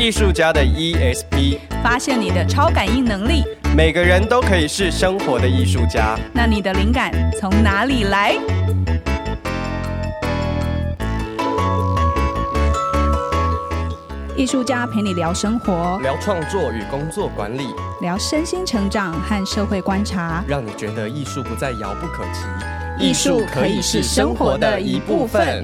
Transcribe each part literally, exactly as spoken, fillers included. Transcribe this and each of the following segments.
艺术家的 E S P， 发现你的超感应能力。 每个人都可以是生活的艺术家。 那你的灵感从哪里来？艺术家陪你聊生活， 聊创作与工作管理， 聊身心成长和社会观察， 让你觉得艺术不再遥不可及， 艺术可以是生活的一部分。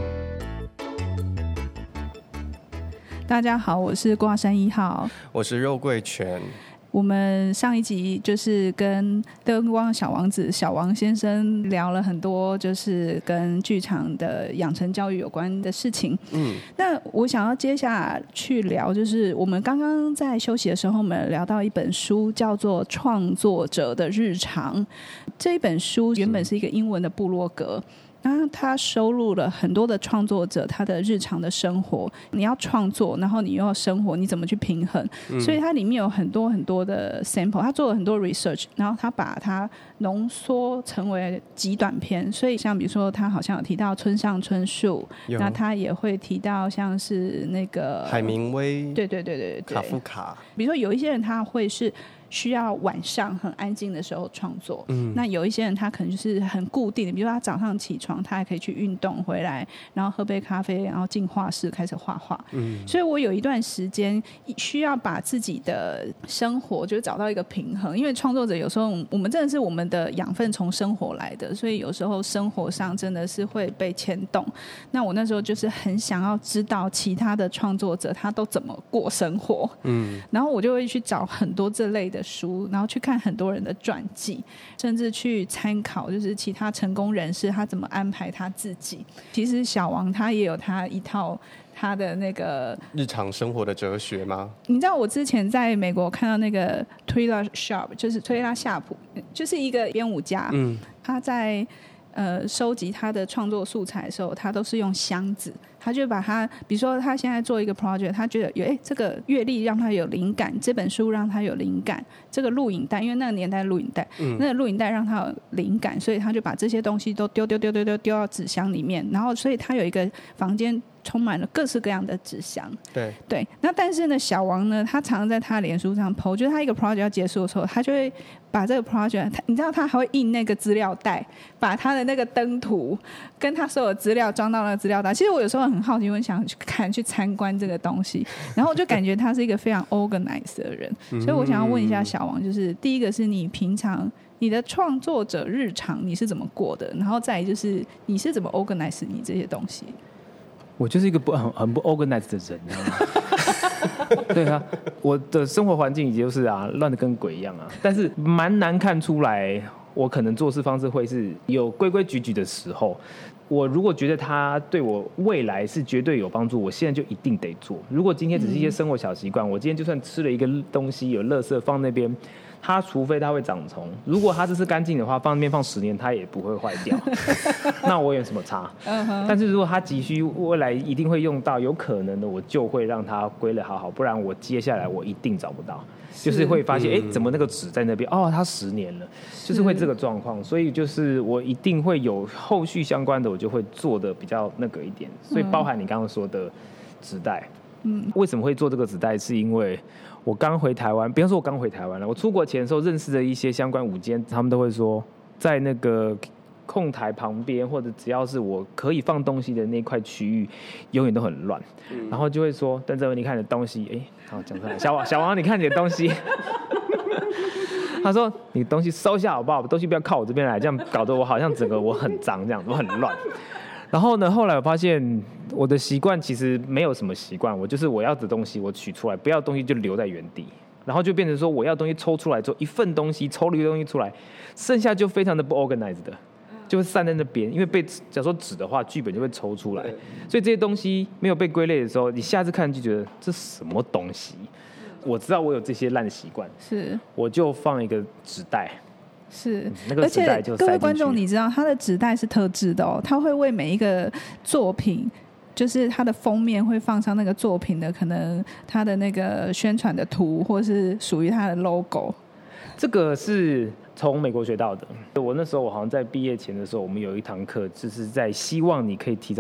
大家好，我是挂山一号， 我是肉桂泉。 我们上一集就是跟灯光小王子小王先生聊了很多，就是跟剧场的养成教育有关的事情。嗯，那我想要接下来去聊，就是我们刚刚在休息的时候，我们聊到一本书，叫做《创作者的日常》。这一本书原本是一个英文的部落格。那他收录了很多的创作者他的日常的生活，你要创作然后你又要生活，你怎么去平衡、嗯、所以它里面有很多很多的 sample， 他做了很多 research， 然后他把它浓缩成为极短篇。所以像比如说他好像有提到村上春树，那他也会提到像是那个海明威， 对对对对对， 卡夫卡。 比如说有一些人他会是需要晚上很安静的时候创作、嗯、那有一些人他可能就是很固定的，比如说他早上起床他还可以去运动回来，然后喝杯咖啡，然后进画室开始画画、嗯、所以我有一段时间需要把自己的生活就是找到一个平衡，因为创作者有时候我们真的是我们的养分从生活来的，所以有时候生活上真的是会被牵动。那我那时候就是很想要知道其他的创作者他都怎么过生活、嗯、然后我就会去找很多这类的书，然后去看很多人的传记，甚至去参考就是其他成功人士他怎么安排他自己。其实小王他也有他一套他的那个日常生活的哲学吗？ 你知道我之前在美国看到那个推拉 Sharp， 就是推拉夏普，就是一个编舞家、嗯、他在呃收集他的创作素材的时候，他都是用箱子，他就把他比如说他现在做一个 project， 他觉得有哎这个乐理让他有灵感，这本书让他有灵感，这个录影带因为那个年代录影带、嗯、那个录影带让他有灵感，所以他就把这些东西都丢丢丢丢丢丢到纸箱里面，然后所以他有一个房间充满了各式各样的纸箱。 对对，那但是呢小王呢他常常在他脸书上 po， 就是他一个 project 要结束的时候，他就会把这个 project， 你知道他还会印那个资料袋，把他的那个灯图跟他所有资料装到那个资料袋。其实我有时候很好奇，我很想去看去参观这个东西，然后我就感觉他是一个非常 organized 的人。所以我想要问一下小王，就是第一个是你平常你的创作者日常你是怎么过的，然后再来就是你是怎么 organize 你这些东西。 我就是一个不 很, 很不 organized 的人啊对啊，我的生活环境也就是啊乱得跟鬼一样啊，但是蛮难看出来我可能做事方式会是有规规矩矩的时候。我如果觉得它对我未来是绝对有帮助，我现在就一定得做。如果今天只是一些生活小习惯、嗯、我今天就算吃了一个东西有垃圾放那边，它除非它会长虫，如果它这是干净的话，放那边放十年它也不会坏掉那我有什么差、uh-huh. 但是如果它急需未来一定会用到，有可能的我就会让它归类好好，不然我接下来我一定找不到，就是会发现哎、嗯，怎么那个纸在那边哦，它十年了，就是会这个状况。所以就是我一定会有后续相关的，我就会做的比较那个一点。所以包含你刚刚说的纸袋，嗯，为什么会做这个纸袋？是因为我刚回台湾，比方说我刚回台湾了，我出国前的时候认识的一些相关舞间，他们都会说，在那个控台旁边或者只要是我可以放东西的那块区域永远都很乱、嗯、然后就会说邓哲文你看你的东西，哎，好讲出来，小王小王你看你的东西他说你东西收下好不好，东西不要靠我这边来，这样搞得我好像整个我很脏这样，我很乱。然后呢后来我发现我的习惯其实没有什么习惯，我就是我要的东西我取出来，不要的东西就留在原地，然后就变成说我要的东西抽出来之后，一份东西抽了一个东西出来，剩下就非常的不 organized 的，就会散在那边，因为被假如说纸的话剧本就会抽出来，所以这些东西没有被归类的时候，你下次看就觉得这什么东西。我知道我有这些烂习惯，是我就放一个纸袋， 是、嗯、 那个纸袋就塞进去。 而且各位观众你知道它的纸袋是特制的哦，它会为每一个作品就是它的封面会放上那个作品的可能它的那个宣传的图，或是属于它的 logo。 这个是从美国学到的。我那时候我好像在毕业前的时候，我们有一堂课就是在希望你可以提早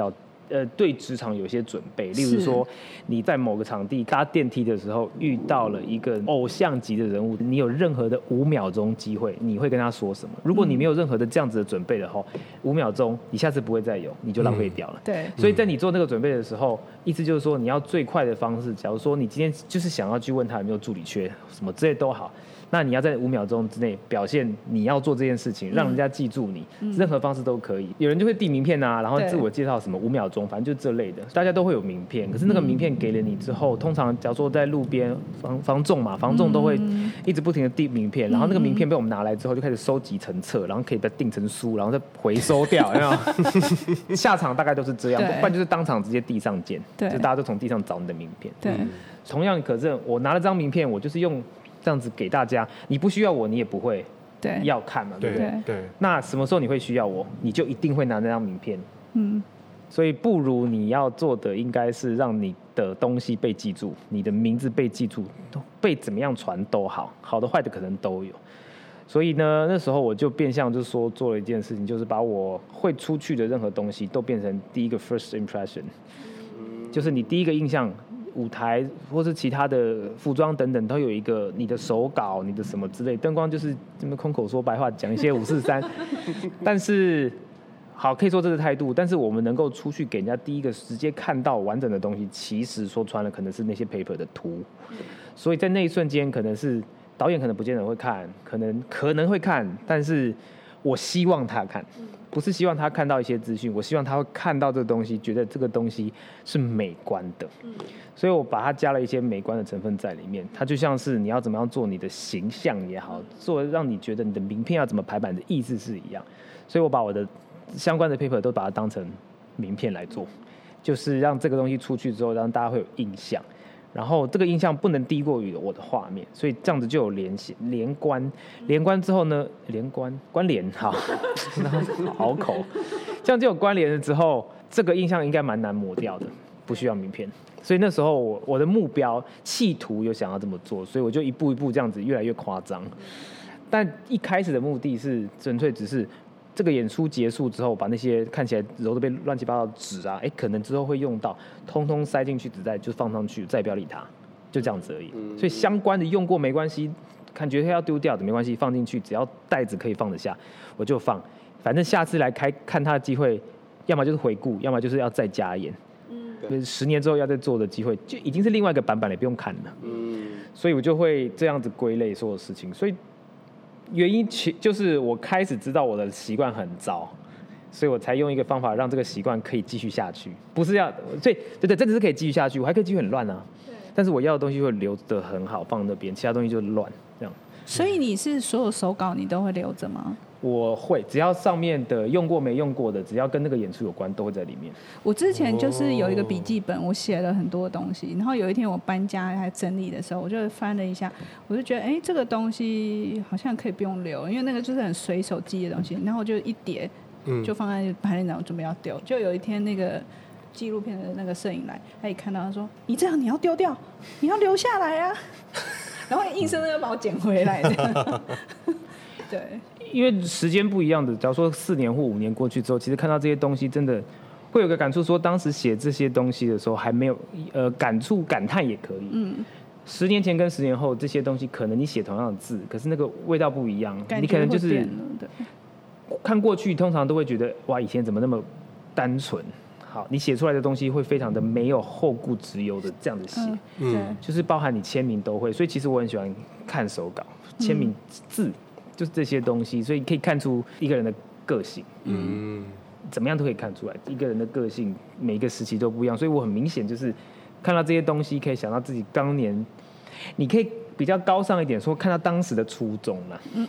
呃对职场有些准备，例如说你在某个场地搭电梯的时候遇到了一个偶像级的人物，你有任何的五秒钟机会，你会跟他说什么？如果你没有任何的这样子的准备的话，五秒钟你下次不会再有，你就浪费掉了。 嗯、对， 所以在你做那个准备的时候，意思就是说你要最快的方式，假如说你今天就是想要去问他有没有助理缺，什么之类都好。那你要在五秒钟之内表现你要做这件事情，让人家记住你，嗯、任何方式都可以。有人就会递名片啊，然后自我介绍什么五秒钟，反正就这类的，大家都会有名片。可是那个名片给了你之后，嗯、通常假如说在路边房房仲嘛，房仲都会一直不停的递名片，嗯、然后那个名片被我们拿来之后，就开始收集成册，然后可以再订成书，然后再回收掉，有没有？下场大概都是这样，不然就是当场直接地上见，就大家都从地上找你的名片。 对，嗯、 同样可是我拿了张名片，我就是用。这样子给大家，你不需要我，你也不会要看嘛，对不对？ 对。 那什么时候你会需要我，你就一定会拿那张名片。嗯。所以不如你要做的应该是让你的东西被记住，你的名字被记住，被怎么样传都好，好的坏的可能都有。所以呢，那时候我就变相就是说做了一件事情，就是把我会出去的任何东西都变成第一个 first impression，就是你第一个印象。舞台或是其他的服装等等都有一个你的手稿，你的什么之类，灯光就是这么空口说白话讲一些五四三，但是好可以说这是态度，但是我们能够出去给人家第一个直接看到完整的东西，其实说穿了可能是那些 paper 的图，所以在那一瞬间可能是导演可能不见得会看，可能可能会看，但是我希望他看。不是希望他看到一些资讯，我希望他会看到这个东西，觉得这个东西是美观的，嗯、所以我把它加了一些美观的成分在里面。它就像是你要怎么样做你的形象也好，做让你觉得你的名片要怎么排版的意思是一样。所以我把我的相关的 paper 都把它当成名片来做，就是让这个东西出去之后，让大家会有印象。然后这个印象不能低过于我的画面，所以这样子就有联系连贯，连贯之后呢，连贯关联好，好口，这样就有关联了之后，这个印象应该蛮难抹掉的，不需要名片。所以那时候我我的目标企图有想要这么做，所以我就一步一步这样子越来越夸张。但一开始的目的是纯粹只是。这个演出结束之后，把那些看起来揉得被乱七八糟的纸啊，哎，可能之后会用到，通通塞进去纸袋就放上去，再也不要理它，就这样子而已。嗯、所以相关的用过没关系，感觉要丢掉的没关系，放进去，只要袋子可以放得下，我就放。反正下次来开看它的机会，要么就是回顾，要么就是要再加演。嗯，十年之后要再做的机会，就已经是另外一个版本了，不用看了。嗯，所以我就会这样子归类所有事情，所以。原因其就是我开始知道我的习惯很糟，所以我才用一个方法让这个习惯可以继续下去，不是要所以对对，真的是可以继续下去，我还可以继续很乱啊，但是我要的东西会留得很好放那边，其他东西就乱这样。 所以你是所有手稿你都会留着吗？ 我会，只要上面的用过没用过的，只要跟那个演出有关，都会在里面。 我之前就是有一个笔记本，我写了很多东西，然后有一天我搬家还整理的时候，我就翻了一下，我就觉得，哎，这个东西好像可以不用留，因为那个就是很随手记的东西，然后我就一叠，就放在排练场准备要丢。就有一天那个纪录片的那个摄影来，他一看到他说：“你这样你要丢掉，你要留下来啊！”然后硬生生要把我捡回来的。对。 因为时间不一样的，假如说四年或五年过去之后，其实看到这些东西，真的会有个感触，说当时写这些东西的时候还没有呃感触感叹也可以。嗯，十年前跟十年后这些东西，可能你写同样的字，可是那个味道不一样，你可能就是看过去，通常都会觉得哇，以前怎么那么单纯？好，你写出来的东西会非常的没有后顾之忧的这样子写，嗯，就是包含你签名都会，所以其实我很喜欢看手稿，签名字。嗯就是这些东西，所以可以看出一个人的个性，嗯，怎么样都可以看出来一个人的个性，每一个时期都不一样，所以我很明显就是看到这些东西，可以想到自己当年，你可以比较高尚一点说，看到当时的初衷啦，嗯，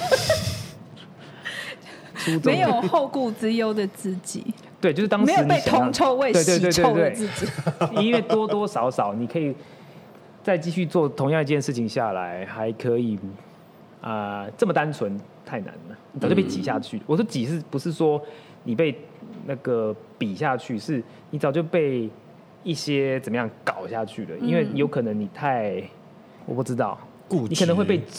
初衷没有后顾之忧的自己， 对，就是当时没有被铜臭味洗臭的自己， 因为多多少少你可以再继续做同样一件事情下来，还可以。啊、呃，这么单纯太难了，你早就被挤下去。嗯、我说挤是不是说你被那个比下去，是你早就被一些怎么样搞下去了？嗯、因为有可能你太，我不知道， 固执， 你可能会被整，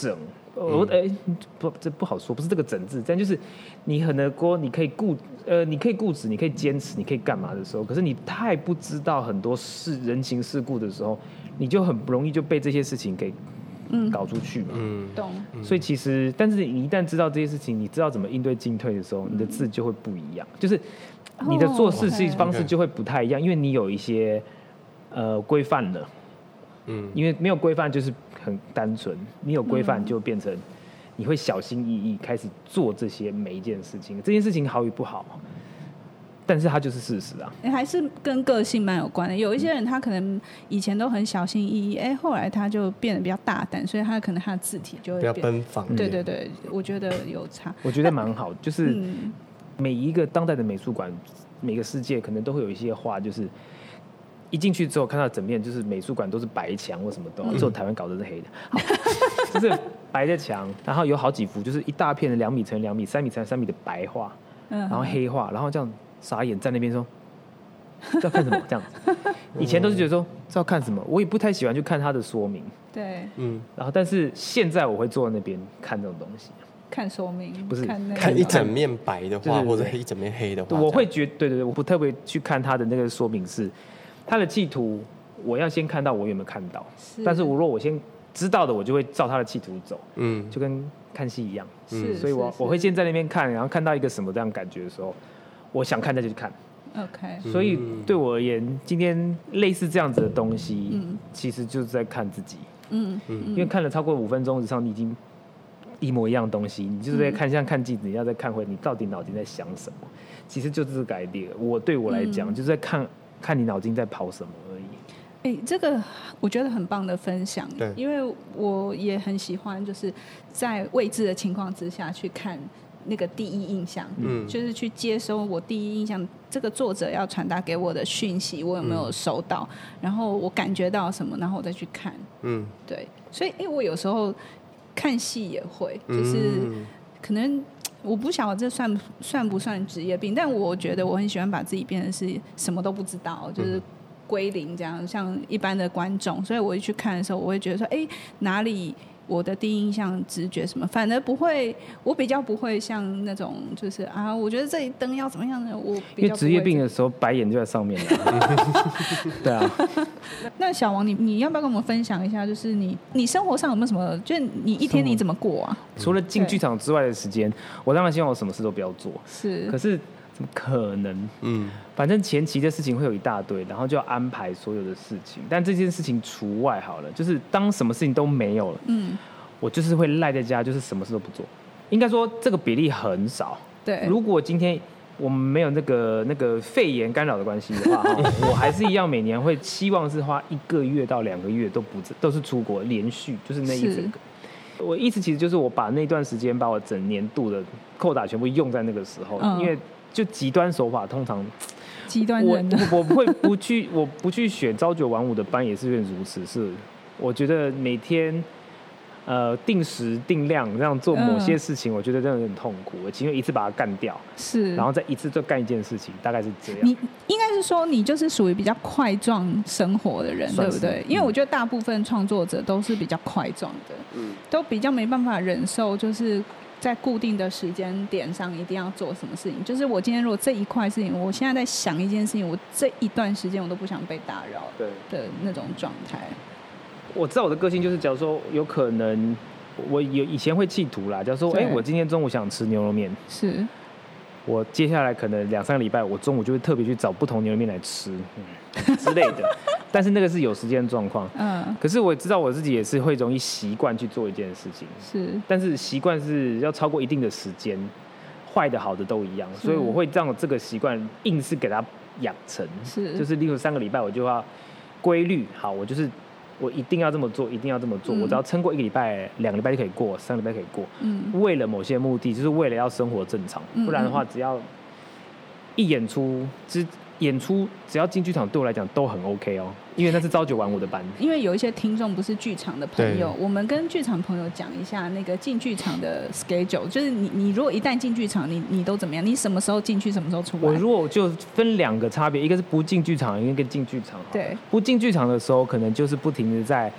我哎、欸、不，这不好说，不是这个整治，但就是你很多你可以固呃，你可以固执，你可以坚持，你可以干嘛的时候，可是你太不知道很多事人情世故的时候，你就很不容易就被这些事情给搞出去嘛。嗯， 懂。 所以其实，但是你一旦知道这些事情，你知道怎么应对进退的时候，你的字就会不一样，就是你的做事情方式就会不太一样，因为你有一些呃规范了。嗯，因为没有规范就是很单纯，你有规范就变成你会小心翼翼开始做这些每一件事情，这件事情好与不好，但是它就是事实啊。 还是跟个性蛮有关的。有一些人他可能以前都很小心翼翼，哎，后来他就变得比较大胆，所以他可能他的字体就会变比较奔放。 对对对，我觉得有差。 我觉得蛮好，就是每一个当代的美术馆，每个世界可能都会有一些画，就是一进去之后看到整面就是美术馆都是白墙或什么的，只有台湾搞的是黑的，就是白的墙，然后有好几幅就是一大片的两米乘两米、三米乘三米的白画，然后黑画，然后这样傻眼在那边说这要看什么这样子。以前都是觉得说这要看什么，我也不太喜欢去看它的说明。 对， 嗯，然后但是现在我会坐在那边看这种东西。 看说明不是看, 那看一整面白的画， 对对对或者一整面黑的画， 我会觉得对对对，我不特别去看他的那个说明是他的企图，我要先看到我有没有看到， 是但是我如果我先知道的，我就会照他的企图走， 嗯， 就跟看戏一样， 是所以我我会先在那边看，然后看到一个什么这样感觉的时候，我想看再去看。 OK， 所以对我而言，今天类似这样子的东西， 嗯其实就是在看自己， 嗯嗯，因为看了超过五分钟以上，你已经一模一样的东西，你就是在看，像看镜子，你要再看回你到底脑筋在想什么，其实就是这个 idea。我对我来讲，嗯、就是在看看你脑筋在跑什么而已。 哎、欸，这个我觉得很棒的分享， 对， 因为我也很喜欢，就是在未知的情况之下去看那个第一印象，嗯，就是去接收我第一印象，这个作者要传达给我的讯息，我有没有收到，嗯、然后我感觉到什么，然后我再去看，嗯，对，所以哎、欸，我有时候看戏也会，就是可能我不晓得这算算不算职业病，但我觉得我很喜欢把自己变成是什么都不知道，就是归零这样，像一般的观众，所以我一去看的时候，我会觉得说，哎，哪里我的第一印象、直觉什么，反而不会，我比较不会像那种就是啊，我觉得这一灯要怎么样呢？我比较因为职业病的时候，白眼就在上面了。对啊。 那小王，你你要不要跟我们分享一下，就是你你生活上有没有什么，就是你一天你怎么过啊？ 除了进剧场之外的时间，我当然希望我什么事都不要做。 是。 可是怎么可能？嗯。反正前期的事情会有一大堆，然后就要安排所有的事情。但这件事情除外好了，就是当什么事情都没有了，嗯，我就是会赖在家，就是什么事都不做。应该说这个比例很少。 对。 如果今天我们没有那个那个肺炎干扰的关系的话，我还是一样每年会期望是花一个月到两个月都不都是出国，连续就是那一整个。我意思其实就是我把那段时间把我整年度的扣打全部用在那个时候，嗯、因为就极端手法通常。 极端人我我不会不去，我不去选朝九晚五的班，也是愿如此。是，我觉得每天呃定时定量这样做某些事情，嗯、我觉得真的很痛苦。我情愿一次把它干掉， 是， 然后再一次就干一件事情，大概是这样。 你应该是说你就是属于比较块状生活的人，对不对？因为我觉得大部分创作者都是比较块状的，嗯，都比较没办法忍受，就是在固定的时间点上一定要做什么事情。就是我今天如果这一块事情，我现在在想一件事情，我这一段时间我都不想被打扰的那种状态。 我知道我的个性就是，假如说有可能，我有以前会企图啦，假如说，哎、欸，我今天中午想吃牛肉面， 是， 我接下来可能两三个礼拜，我中午就会特别去找不同牛肉面来吃、嗯、之类的。但是那个是有时间状况，嗯，可是我知道我自己也是会容易习惯去做一件事情， 是， 但是习惯是要超过一定的时间，坏的好的都一样，所以我会让这个习惯硬是给它养成， 是， 就是例如三个礼拜我就要规律，好，我就是我一定要这么做，一定要这么做，嗯、我只要撑过一个礼拜、两个礼拜就可以过，三个礼拜可以过，嗯，为了某些目的，就是为了要生活正常，嗯、不然的话，只要一演出之。演出只要进剧场对我来讲都很 OK 哦，因为那是朝九晚五的班。 因为有一些听众不是剧场的朋友，我们跟剧场朋友讲一下那个进剧场的 schedule， 就是你你如果一旦进剧场，你你都怎么样？你什么时候进去，什么时候出来？ 我如果就分两个差别，一个是不进剧场，一个进剧场。 对， 不进剧场的时候，可能就是不停的在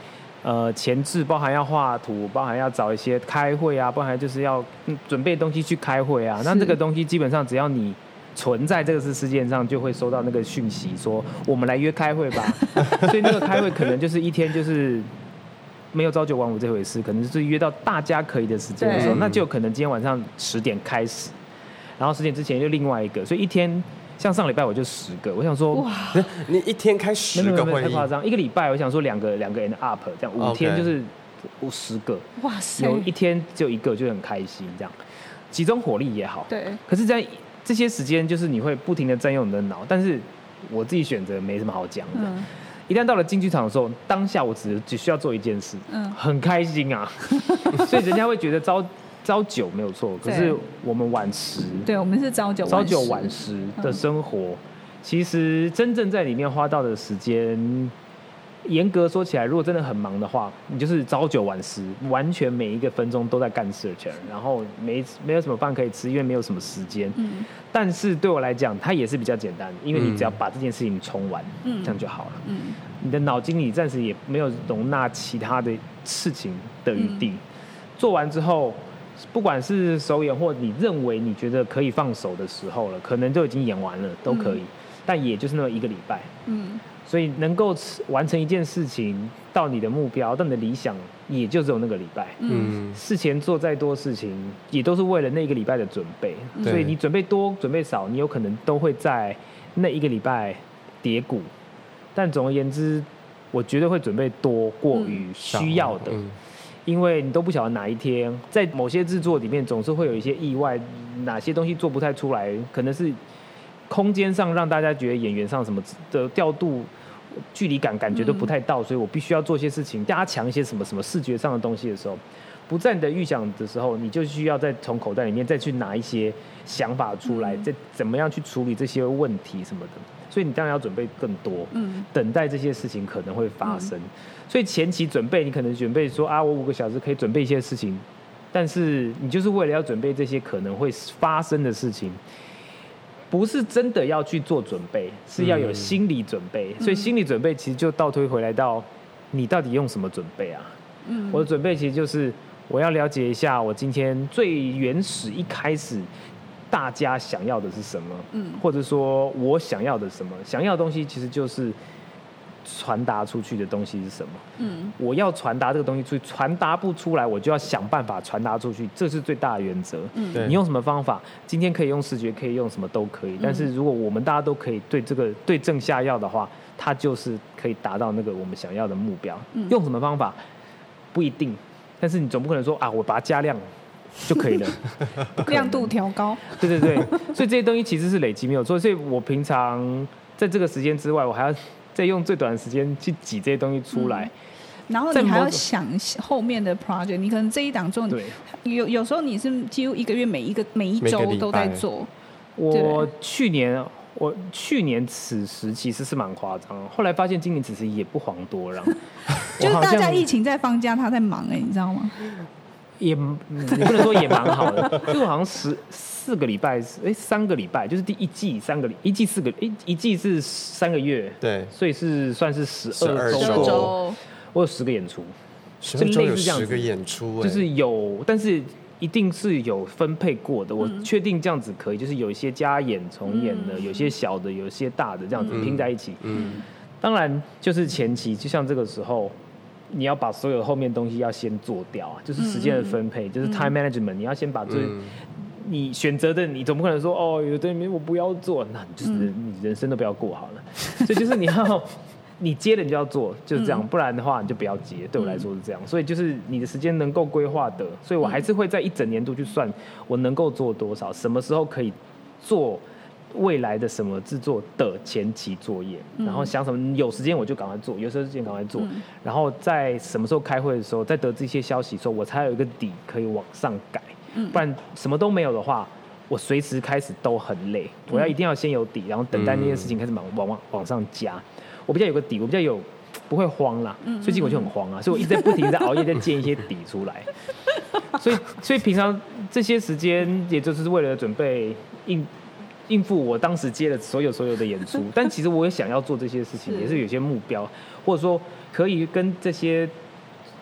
呃前置，包含要画图，包含要找一些开会啊，包含就是要、嗯、准备东西去开会啊。那这个东西基本上只要你存在这个是事件上，就会收到那个讯息说我们来约开会吧。所以那个开会可能就是一天就是没有朝九晚五这回事，可能就是约到大家可以的时间的时候，那就有可能今天晚上十点开始，然后十点之前就另外一个，所以一天。像上礼拜我就十个，我想说，哇， 你一天开十个会议， 太夸张。一个礼拜我想说两个两个 and up， 这样五天就是五十个， 哇塞， 有一天只有一个就很开心，这样集中火力也好。 对。 可是，在这些时间，就是你会不停的占用你的脑，但是我自己选择没什么好讲的。嗯、一旦到了进剧场的时候，当下我只只需要做一件事，嗯，很开心啊，所以人家会觉得朝。朝九没有错，可是我们晚十， 对，我们是朝九朝九晚十的生活，嗯、其实真正在里面花到的时间，严格说起来，如果真的很忙的话，你就是朝九晚十，完全每一个分钟都在干search，然后没没有什么饭可以吃，因为没有什么时间。嗯，但是对我来讲，它也是比较简单，因为你只要把这件事情冲完，嗯，这样就好了。嗯，你的脑筋里暂时也没有容纳其他的事情的余地，嗯、做完之后。不管是首演或你认为你觉得可以放手的时候了，可能就已经演完了，都可以，嗯、但也就是那么一个礼拜，嗯，所以能够完成一件事情，到你的目标，到你的理想，也就只有那个礼拜，嗯，事前做再多事情，也都是为了那一个礼拜的准备，嗯、所以你准备多准备少，你有可能都会在那一个礼拜跌谷，但总而言之，我绝对会准备多过于需要的。嗯嗯，因为你都不晓得哪一天，在某些制作里面总是会有一些意外，哪些东西做不太出来，可能是空间上让大家觉得演员上什么的调度、距离感感觉都不太到，嗯、所以我必须要做些事情，加强一些什么什么视觉上的东西的时候，不在你的预想的时候，你就需要再从口袋里面再去拿一些想法出来，嗯、再怎么样去处理这些问题什么的。所以你当然要准备更多，嗯，等待这些事情可能会发生。嗯、所以前期准备，你可能准备说啊，我五个小时可以准备一些事情，但是你就是为了要准备这些可能会发生的事情，不是真的要去做准备，是要有心理准备。嗯、所以心理准备其实就倒推回来到你到底用什么准备啊？嗯，我的准备其实就是我要了解一下我今天最原始一开始。大家想要的是什么？嗯，或者说我想要的什么？想要的东西其实就是传达出去的东西是什么？嗯，我要传达这个东西出去，传达不出来，我就要想办法传达出去，这是最大的原则。嗯，你用什么方法？今天可以用视觉，可以用什么都可以。但是如果我们大家都可以对这个对症下药的话，它就是可以达到那个我们想要的目标。嗯，用什么方法不一定，但是你总不可能说啊，我把它加亮。就可以了， 亮度调高。 对对对，所以这些东西其实是累积没有错。所以我平常在这个时间之外，我还要再用最短的时间去挤这些东西出来。 嗯、然后你还要想后面的 project， 你可能这一档做，有有时候你是几乎一个月每一个每一周都在做。 我去年我去年此时其实是蛮夸张，后来发现今年此时也不遑多让。 就是大家疫情在放假，他在忙哎、欸，你知道吗？ 也你不能说也蛮好的，就我好像十四个礼拜，哎，三个礼拜，就是第一季三个一季四个一一季是三个月， 对， 所以是算是十二周， 周我有十个演出， 十二周有十个演出， 就是有，但是一定是有分配过的，我确定这样子可以，就是有一些加演重演的，有些小的，有些大的，这样子拼在一起。嗯，当然就是前期，就像这个时候。你要把所有后面东西要先做掉啊，就是时间的分配，嗯、就是 time management，、嗯、你要先把这、嗯、你选择的，你总不可能说哦，有的人我不要做，那你就是、嗯、你人生都不要过好了。所以就是你要你接了你就要做，就是这样，嗯、不然的话你就不要接。对我来说是这样，所以就是你的时间能够规划的，所以我还是会在一整年度去算我能够做多少，什么时候可以做。未来的什么制作的前期作业，嗯、然后想什么有时间我就赶快做，有时间赶快做，嗯、然后在什么时候开会的时候，在得知一些消息的时候，我才有一个底可以往上改，嗯、不然什么都没有的话，我随时开始都很累。我要一定要先有底，然后等待那件事情开始往往往往上加。我比较有个底，我比较有不会慌啦。嗯、最近我就很慌啊，所以我一直在不停在熬夜在建一些底出来。所以所以平常这些时间，也就是为了准备应。应付我当时接了所有所有的演出，但其实我也想要做这些事情，也是有些目标，或者说可以跟这些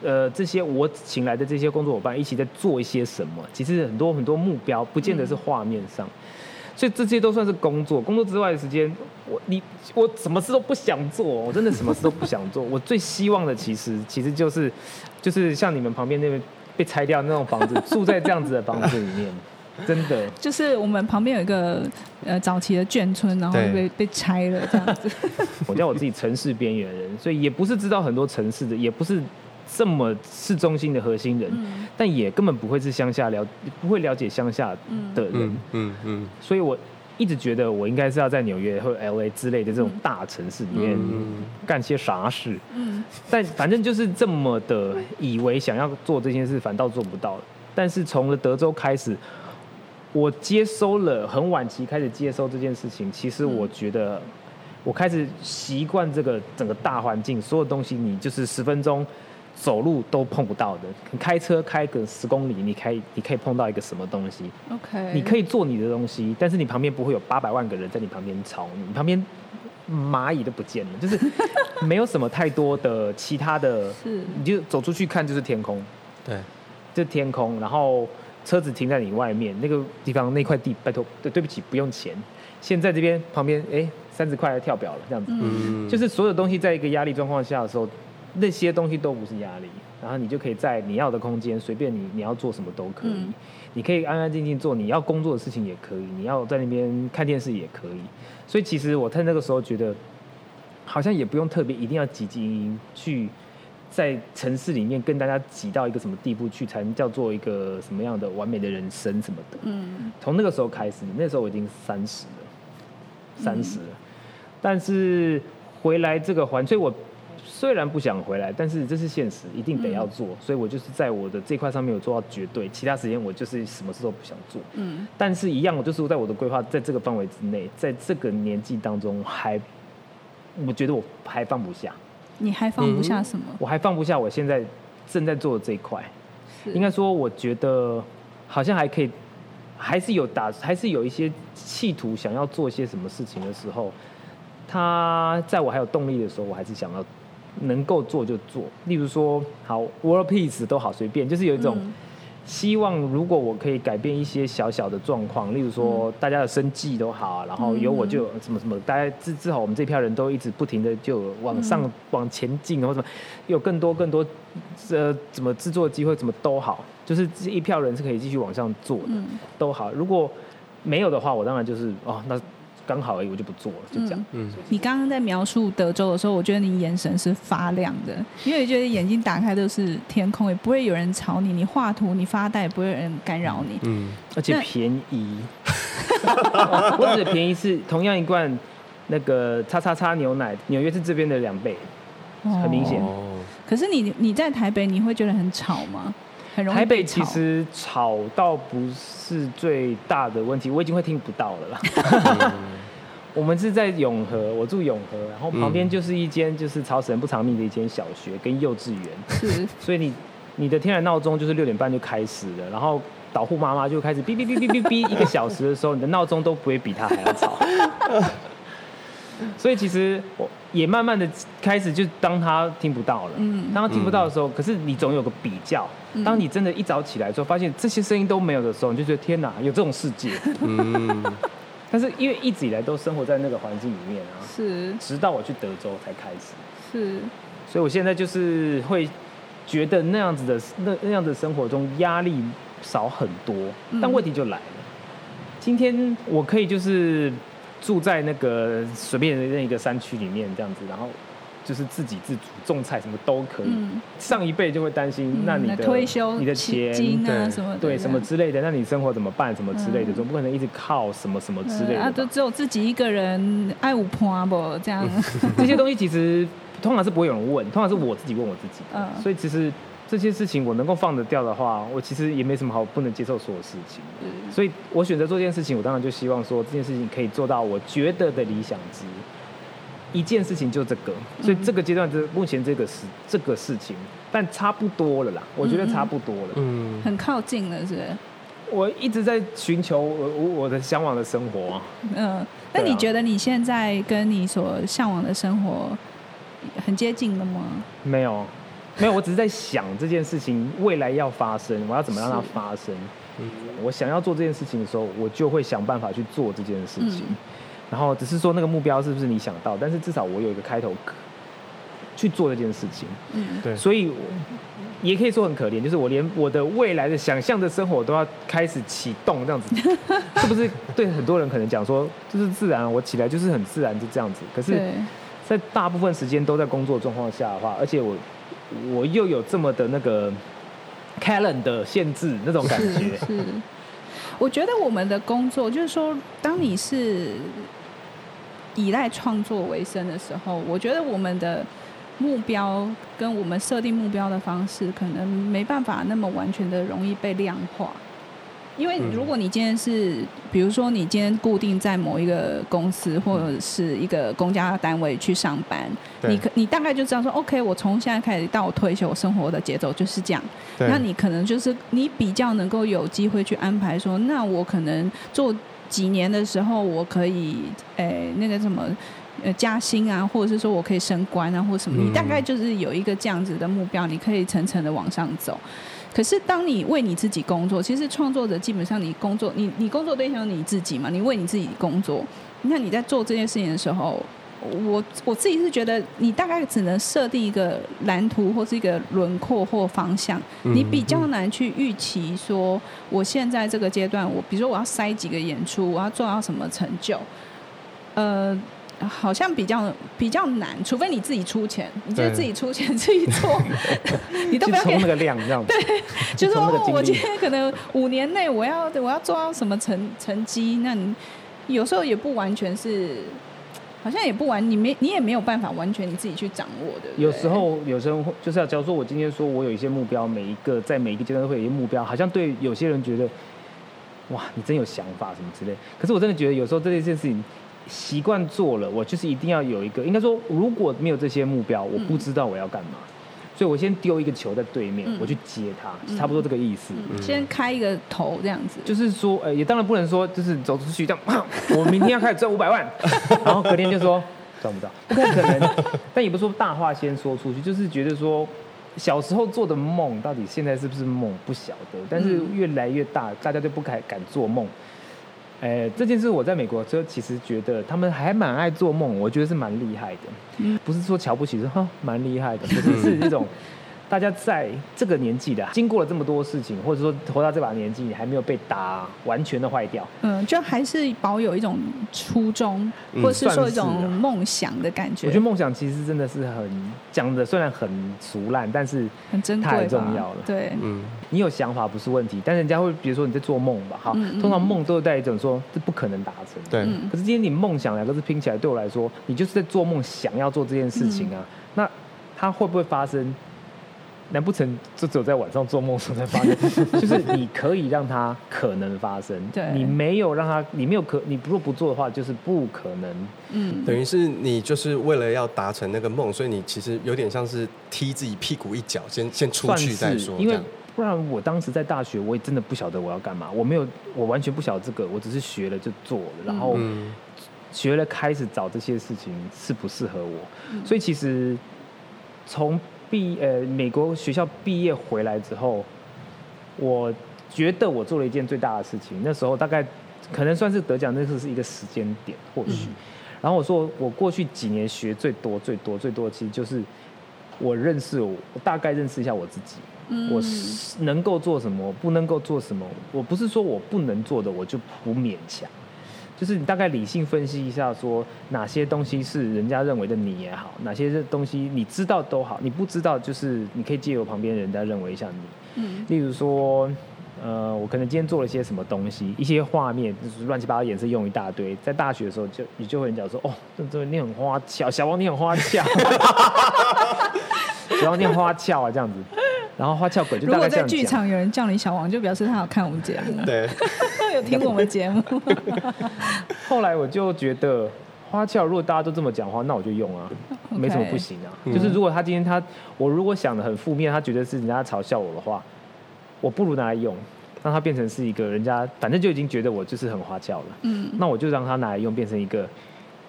呃这些我请来的这些工作伙伴一起在做一些什么。其实很多很多目标，不见得是画面上。嗯，所以这些都算是工作，工作之外的时间，我你我什么事都不想做，我真的什么事都不想做。我最希望的其实其实就是就是像你们旁边那边被拆掉那种房子，住在这样子的房子里面，真的。 就是我们旁边有一个呃早期的眷村，然后被被拆了这样子。 我叫我自己城市边缘人，所以也不是知道很多城市的，也不是这么市中心的核心人，嗯，但也根本不会是乡下了，不会了解乡下的人，嗯嗯嗯，所以我一直觉得我应该是要在纽约或 L A 之类的这种大城市里面干些啥事，嗯，但反正就是这么的以为想要做这件事，反倒做不到。但是从了德州开始，我接收了很晚期开始接收这件事情，其实我觉得我开始习惯这个整个大环境，所有东西你就是十分钟走路都碰不到的，你开车开个十公里，你开你可以碰到一个什么东西 ？OK， 你可以做你的东西，但是你旁边不会有八百万个人在你旁边吵你，你旁边蚂蚁都不见了，就是没有什么太多的其他的， 是你就走出去看就是天空， 对， 就天空，然后车子停在你外面那个地方那块地，拜托，对对不起，不用钱。现在这边旁边哎三十块跳表了这样子，嗯，就是所有东西在一个压力状况下的时候。那些东西都不是压力，然后你就可以在你要的空间，随便你你要做什么都可以，嗯，你可以安安静静做你要工作的事情也可以，你要在那边看电视也可以。所以其实我在那个时候觉得，好像也不用特别一定要汲汲营营去在城市里面跟大家挤到一个什么地步去，才能叫做一个什么样的完美的人生什么的。嗯，从那个时候开始，那时候我已经三十了，三十了，嗯，但是回来这个环，所以我。虽然不想回来，但是这是现实，一定得要做，嗯，所以我就是在我的这块上面有做到绝对，其他时间我就是什么事都不想做。嗯，但是一样，我就是在我的规划在这个范围之内，在这个年纪当中还，我觉得我还放不下。 你还放不下什么？ 嗯，我还放不下我现在正在做的这一块。应该说，我觉得好像还可以，还是有打，还是有一些企图想要做一些什么事情的时候，他在我还有动力的时候，我还是想要。能够做就做，例如说，好 world peace 都好随便，就是有一种希望，如果我可以改变一些小小的状况，例如说大家的生计都好，然后有我就有什么什么，大家至至少我们这票人都一直不停的就往上、嗯、往前进，然后什么有更多更多呃怎么制作的机会，怎么都好，就是这一票人是可以继续往上做的，嗯、都好。如果没有的话，我当然就是哦那。刚好而已，我就不做了，就这样。嗯， 你刚刚在描述德州的时候，我觉得你眼神是发亮的，因为觉得眼睛打开都是天空，也不会有人吵你，你画图、你发呆，也不会有人干扰你。 嗯，而且便宜，我指的便宜是同样一罐那个叉叉叉牛奶，纽约是这边的两倍，很明显。 哦。可是你你在台北，你会觉得很吵吗？很容易台北其实吵到不是最大的问题，我已经会听不到了啦。嗯、我们是在永和，我住永和，然后旁边就是一间就是吵死人不偿命的一间小学跟幼稚园，是，所以你你的天然闹钟就是六点半就开始了，然后导护妈妈就开始哔哔哔哔哔哔一个小时的时候，你的闹钟都不会比他还要吵。所以其实我也慢慢的开始就当他听不到了，嗯，当他听不到的时候，可是你总有个比较。当你真的一早起来之后，发现这些声音都没有的时候，你就觉得天哪，有这种世界。嗯，但是因为一直以来都生活在那个环境里面啊， 是， 直到我去德州才开始， 是， 所以我现在就是会觉得那样子的那那样的生活中压力少很多，但问题就来了，今天我可以就是住在那个随便的那一个山区里面这样子，然后。就是自给自足，种菜什么都可以。嗯、上一辈就会担心，嗯、那你的退休、 你的钱啊什么的， 对什么之类的，那你生活怎么办？什么之类的，总、嗯、不可能一直靠什么什么之类的。 啊，就只有自己一个人爱五婆不这样。 这些东西其实通常是不会有人问，通常是我自己问我自己。嗯，所以其实这些事情我能够放得掉的话，我其实也没什么好不能接受所有事情。嗯、所以我选择做这件事情，我当然就希望说这件事情可以做到我觉得的理想值。一件事情就这个，所以这个阶段是目前这个事这个事情，但差不多了啦，我觉得差不多了， 嗯，很靠近了，是不是？ 我一直在寻求我我的向往的生活啊。 嗯，那你觉得你现在跟你所向往的生活很接近了吗？ 没有， 没有，我只是在想这件事情未来要发生，我要怎么让它发生。嗯，我想要做这件事情的时候，我就会想办法去做这件事情。嗯、然后只是说那个目标是不是你想到，但是至少我有一个开头去做这件事情。嗯，对。所以也可以说很可怜，就是我连我的未来的想象的生活都要开始启动这样子，是不是？对很多人可能讲说这是自然，我起来就是很自然就这样子。可是，在大部分时间都在工作状况下的话，而且我我又有这么的那个 calendar 的限制那种感觉。 是，是我觉得我们的工作就是说，当你是依赖创作为生的时候，我觉得我们的目标跟我们设定目标的方式可能没办法那么完全的容易被量化，因为如果你今天是比如说你今天固定在某一个公司或者是一个公家单位去上班，你可你大概就知道说 OK 我从现在开始到我退休生活的节奏就是这样，那你可能就是你比较能够有机会去安排说，那我可能做几年的时候我可以诶那个什么呃，加薪啊，或者是说我可以升官啊，或者什么，你大概就是有一个这样子的目标，你可以层层的往上走。可是当你为你自己工作，其实创作者基本上你工作，你你工作对象你自己嘛，你为你自己工作，那你在做这件事情的时候，我我自己是觉得你大概只能设定一个蓝图或是一个轮廓或方向，你比较难去预期说我现在这个阶段，我比如说我要塞几个演出，我要做到什么成就，呃。好像比较比较难，除非你自己出钱，你就自己出钱自己做，你都不要给那个量这样子。 对，就是说、哦、我今天可能五年内我要我要做到什么成成绩，那你有时候也不完全是，好像也不完，你没你也没有办法完全你自己去掌握的。 有时候有时候就是要，假如说我今天说我有一些目标，每一个在每一个阶段会有一些目标，好像对有些人觉得哇你真有想法什么之类，可是我真的觉得有时候这件事情。习惯做了，我就是一定要有一个，应该说如果没有这些目标，我不知道我要干嘛，嗯、所以我先丢一个球在对面，嗯、我去接它，嗯、差不多这个意思。 嗯、先开一个头这样子， 就是说，呃，也当然不能说就是走出去这样，我明天要开始赚五百万，然后隔天就说赚不到，不太可能。但也不是说大话先说出去，就是觉得说小时候做的梦到底现在是不是梦不晓得，但是越来越大，大家就不敢敢做梦。哎，这件事我在美国之后，其实觉得他们还蛮爱做梦，我觉得是蛮厉害的。嗯，不是说瞧不起，是哈蛮厉害的，不是是那种大家在这个年纪的，经过了这么多事情，或者说活到这把年纪，你还没有被打完全的坏掉。嗯， 就还是保有一种初衷，嗯、或者是说一种梦想的感觉。 我觉得梦想其实真的是很讲的，虽然很俗烂，但是很珍贵， 太重要了。 对，嗯， 你有想法不是问题，但人家会比如说你在做梦吧，好，嗯、通常梦都会带一种说这不可能达成。 对， 嗯、可是今天你梦想两个字拼起来，对我来说，你就是在做梦，想要做这件事情啊。嗯、那它会不会发生？难不成就只有在晚上做梦时候才发生？就是你可以让它可能发生， 对， 你没有让它，你没有可，你如果不做的话，就是不可能。 嗯，等于是你就是为了要达成那个梦，所以你其实有点像是踢自己屁股一脚，先先出去再说。 因为不然我当时在大学，我也真的不晓得我要干嘛，我没有，我完全不晓得这个，我只是学了就做了，然后学了开始找这些事情适不适合我，嗯、所以其实从毕呃美国学校毕业回来之后，我觉得我做了一件最大的事情。那时候大概可能算是得奖，那时候是一个时间点，或许。嗯、然后我说我过去几年学最多最多最多的，其实就是我认识我，我大概认识一下我自己。嗯、我能够做什么，不能够做什么。我不是说我不能做的，我就不勉强。就是你大概理性分析一下，说哪些东西是人家认为的你也好，哪些东西你知道都好，你不知道就是你可以借由旁边人家认为一下你。嗯，例如说，呃，我可能今天做了些什么东西，一些画面就是乱七八糟颜色用一大堆，在大学的时候就你就会人讲说，哦，这这你很花俏，小王你很花俏，小王你很花俏啊这样子。然后花俏鬼就大概这样讲。如果在剧场有人叫你小王，就表示他有看我们节目， 对， 有听我们节目。 后来我就觉得花俏，如果大家都这么讲话，那我就用啊， okay. 没什么不行啊。嗯、就是如果他今天他我如果想的很负面，他觉得是人家嘲笑我的话，我不如拿来用，让它变成是一个人家反正就已经觉得我就是很花俏了。嗯，那我就让他拿来用，变成一个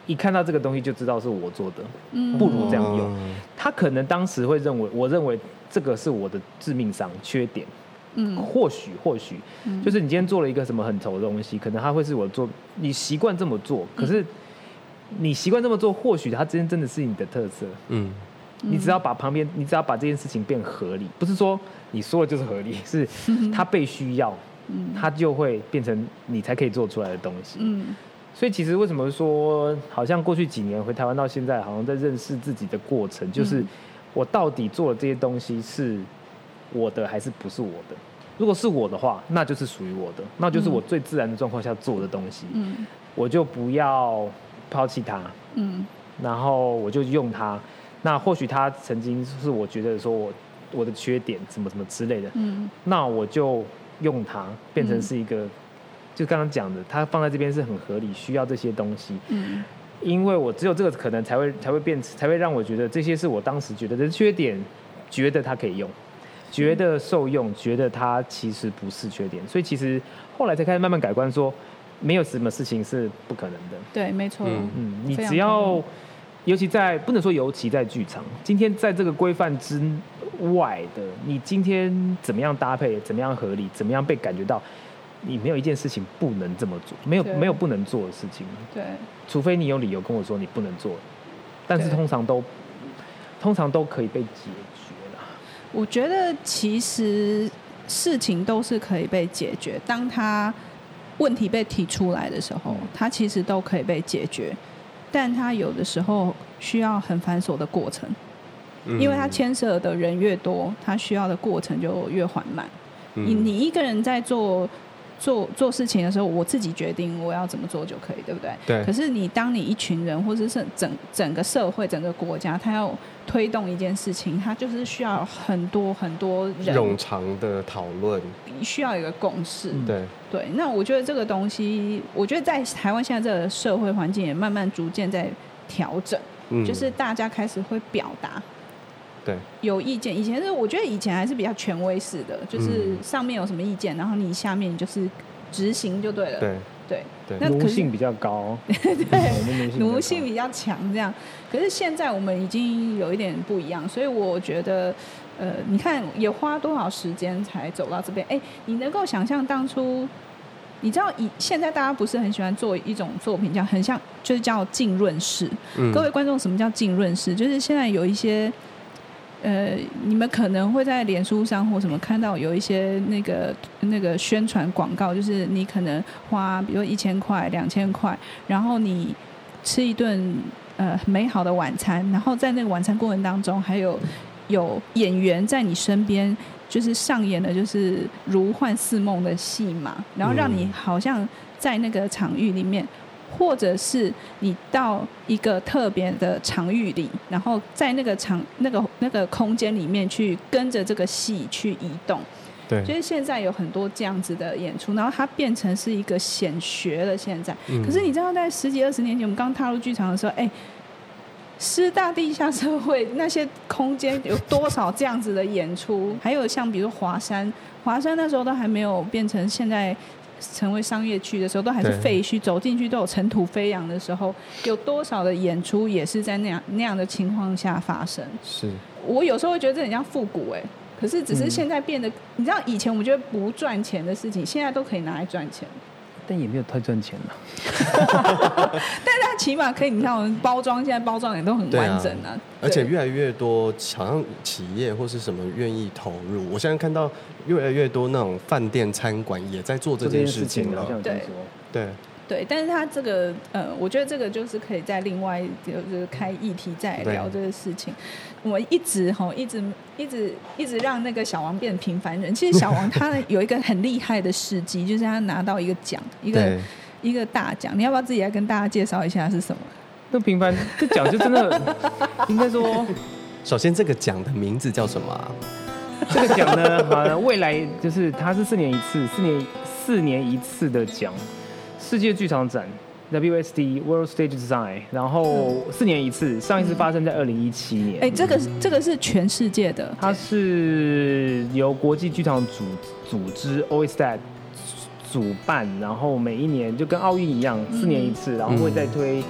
一看到这个东西就知道是我做的，嗯，不如这样用。他可能当时会认为，我认为这个是我的致命伤、缺点。嗯，或许或许、嗯，就是你今天做了一个什么很丑的东西，可能它会是我做，你习惯这么做，可是你习惯这么做，或许它真真的是你的特色。嗯，你只要把旁边，你只要把这件事情变合理，不是说你说的就是合理，是它被需要，嗯，它就会变成你才可以做出来的东西。嗯，所以其实为什么说，好像过去几年回台湾到现在，好像在认识自己的过程，就是我到底做的这些东西是我的还是不是我的？如果是我的话，那就是属于我的，那就是我最自然的状况下做的东西。嗯，我就不要抛弃它。嗯，然后我就用它。那或许它曾经是我觉得说我我的缺点什么什么之类的。嗯，那我就用它变成是一个，嗯、就刚刚讲的，它放在这边是很合理，需要这些东西。嗯，因为我只有这个可能才会才会变，才会让我觉得这些是我当时觉得的缺点，觉得它可以用。觉得受用，觉得它其实不是缺点，所以其实后来才开始慢慢改观说，没有什么事情是不可能的。 对，没错。嗯， 嗯你只要，尤其在不能说尤其在剧场，今天在这个规范之外的，你今天怎么样搭配，怎么样合理，怎么样被感觉到，你没有一件事情不能这么做，没有没有不能做的事情。 对， 除非你有理由跟我说你不能做，但是通常都通常都可以被解决。 我觉得其实事情都是可以被解决，当他问题被提出来的时候，它其实都可以被解决，但它有的时候需要很繁琐的过程，因为它牵涉的人越多，它需要的过程就越缓慢。你你一个人在做做做事情的时候，我自己决定我要怎么做就可以，对不对？ 对。 可是你当你一群人，或者是整整个社会、整个国家，他要推动一件事情，它就是需要很多很多人冗长的讨论， 需要一个共识。 对对。那我觉得这个东西，我觉得在台湾现在这个社会环境也慢慢逐渐在调整，嗯、就是大家开始会表达。 对， 有意见。以前是我觉得以前还是比较权威式的，就是上面有什么意见，然后你下面就是执行就对了。 对对对，那奴性比较高， 对，奴性比较强这样。可是现在我们已经有一点不一样，所以我觉得，呃，你看也花多少时间才走到这边？哎，你能够想象当初？你知道以现在大家不是很喜欢做一种作品，叫很像就是叫浸润式。嗯、各位观众，什么叫浸润式？就是现在有一些。呃，你们可能会在脸书上或什么看到有一些那个那个宣传广告，就是你可能花比如一千块、两千块，然后你吃一顿呃美好的晚餐，然后在那个晚餐过程当中，还有有演员在你身边，就是上演的就是如幻似梦的戏码，然后让你好像在那个场域里面。或者是你到一个特别的场域里，然后在那个场那个那个空间里面去跟着这个戏去移动。 对， 就是现在有很多这样子的演出，然后它变成是一个显学了。现在，嗯、可是你知道，在十几二十年前，我们刚踏入剧场的时候，哎，师大地下社会那些空间有多少这样子的演出？还有像比如华山，华山那时候都还没有变成现在。成为商业区的时候，都还是废墟，走进去都有尘土飞扬的时候，有多少的演出也是在那样那样的情况下发生？ 是我有时候会觉得这很像复古哎、欸，可是只是现在变得，嗯、你知道以前我们觉得不赚钱的事情，现在都可以拿来赚钱。 但也没有太赚钱了， 但是它起码可以，你看我们包装现在包装也都很完整啊， 而且越来越多好像企业或是什么愿意投入。我现在看到越来越多那种饭店餐馆也在做这件事情了， 对对对，但是它这个呃，我觉得这个就是可以在另外就是开议题再聊这个事情。我们一直吼，一直一直一直让那个小王变平凡人。其实小王他有一个很厉害的事迹，就是他拿到一个奖，一个一个大奖。你要不要自己来跟大家介绍一下是什么？ 那平凡这奖就真的应该说， 首先这个奖的名字叫什么啊？ 这个奖呢，好像未来就是它是四年一次，四年四年一次的奖。世界剧场展 W S D World Stage Design， 然后四年一次，上一次发生在二零一七年。 哎、欸，这个这个是全世界的， 它是由国际剧场组组织 O S D A T 主办，然后每一年就跟奥运一样，四年一次，然后会再推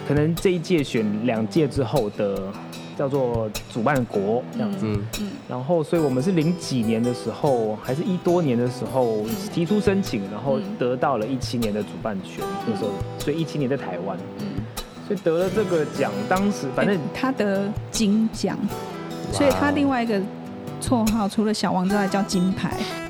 可能这一届选两届之后的叫做主办国这样子。嗯嗯。然后，所以我们是零几年的时候，还是一多年的时候提出申请，然后得到了一七年的主办权。那时候，所以一七年在台湾。嗯。所以得了这个奖，当时反正、欸、 他得金奖，所以他另外一个绰号除了小王之外叫金牌。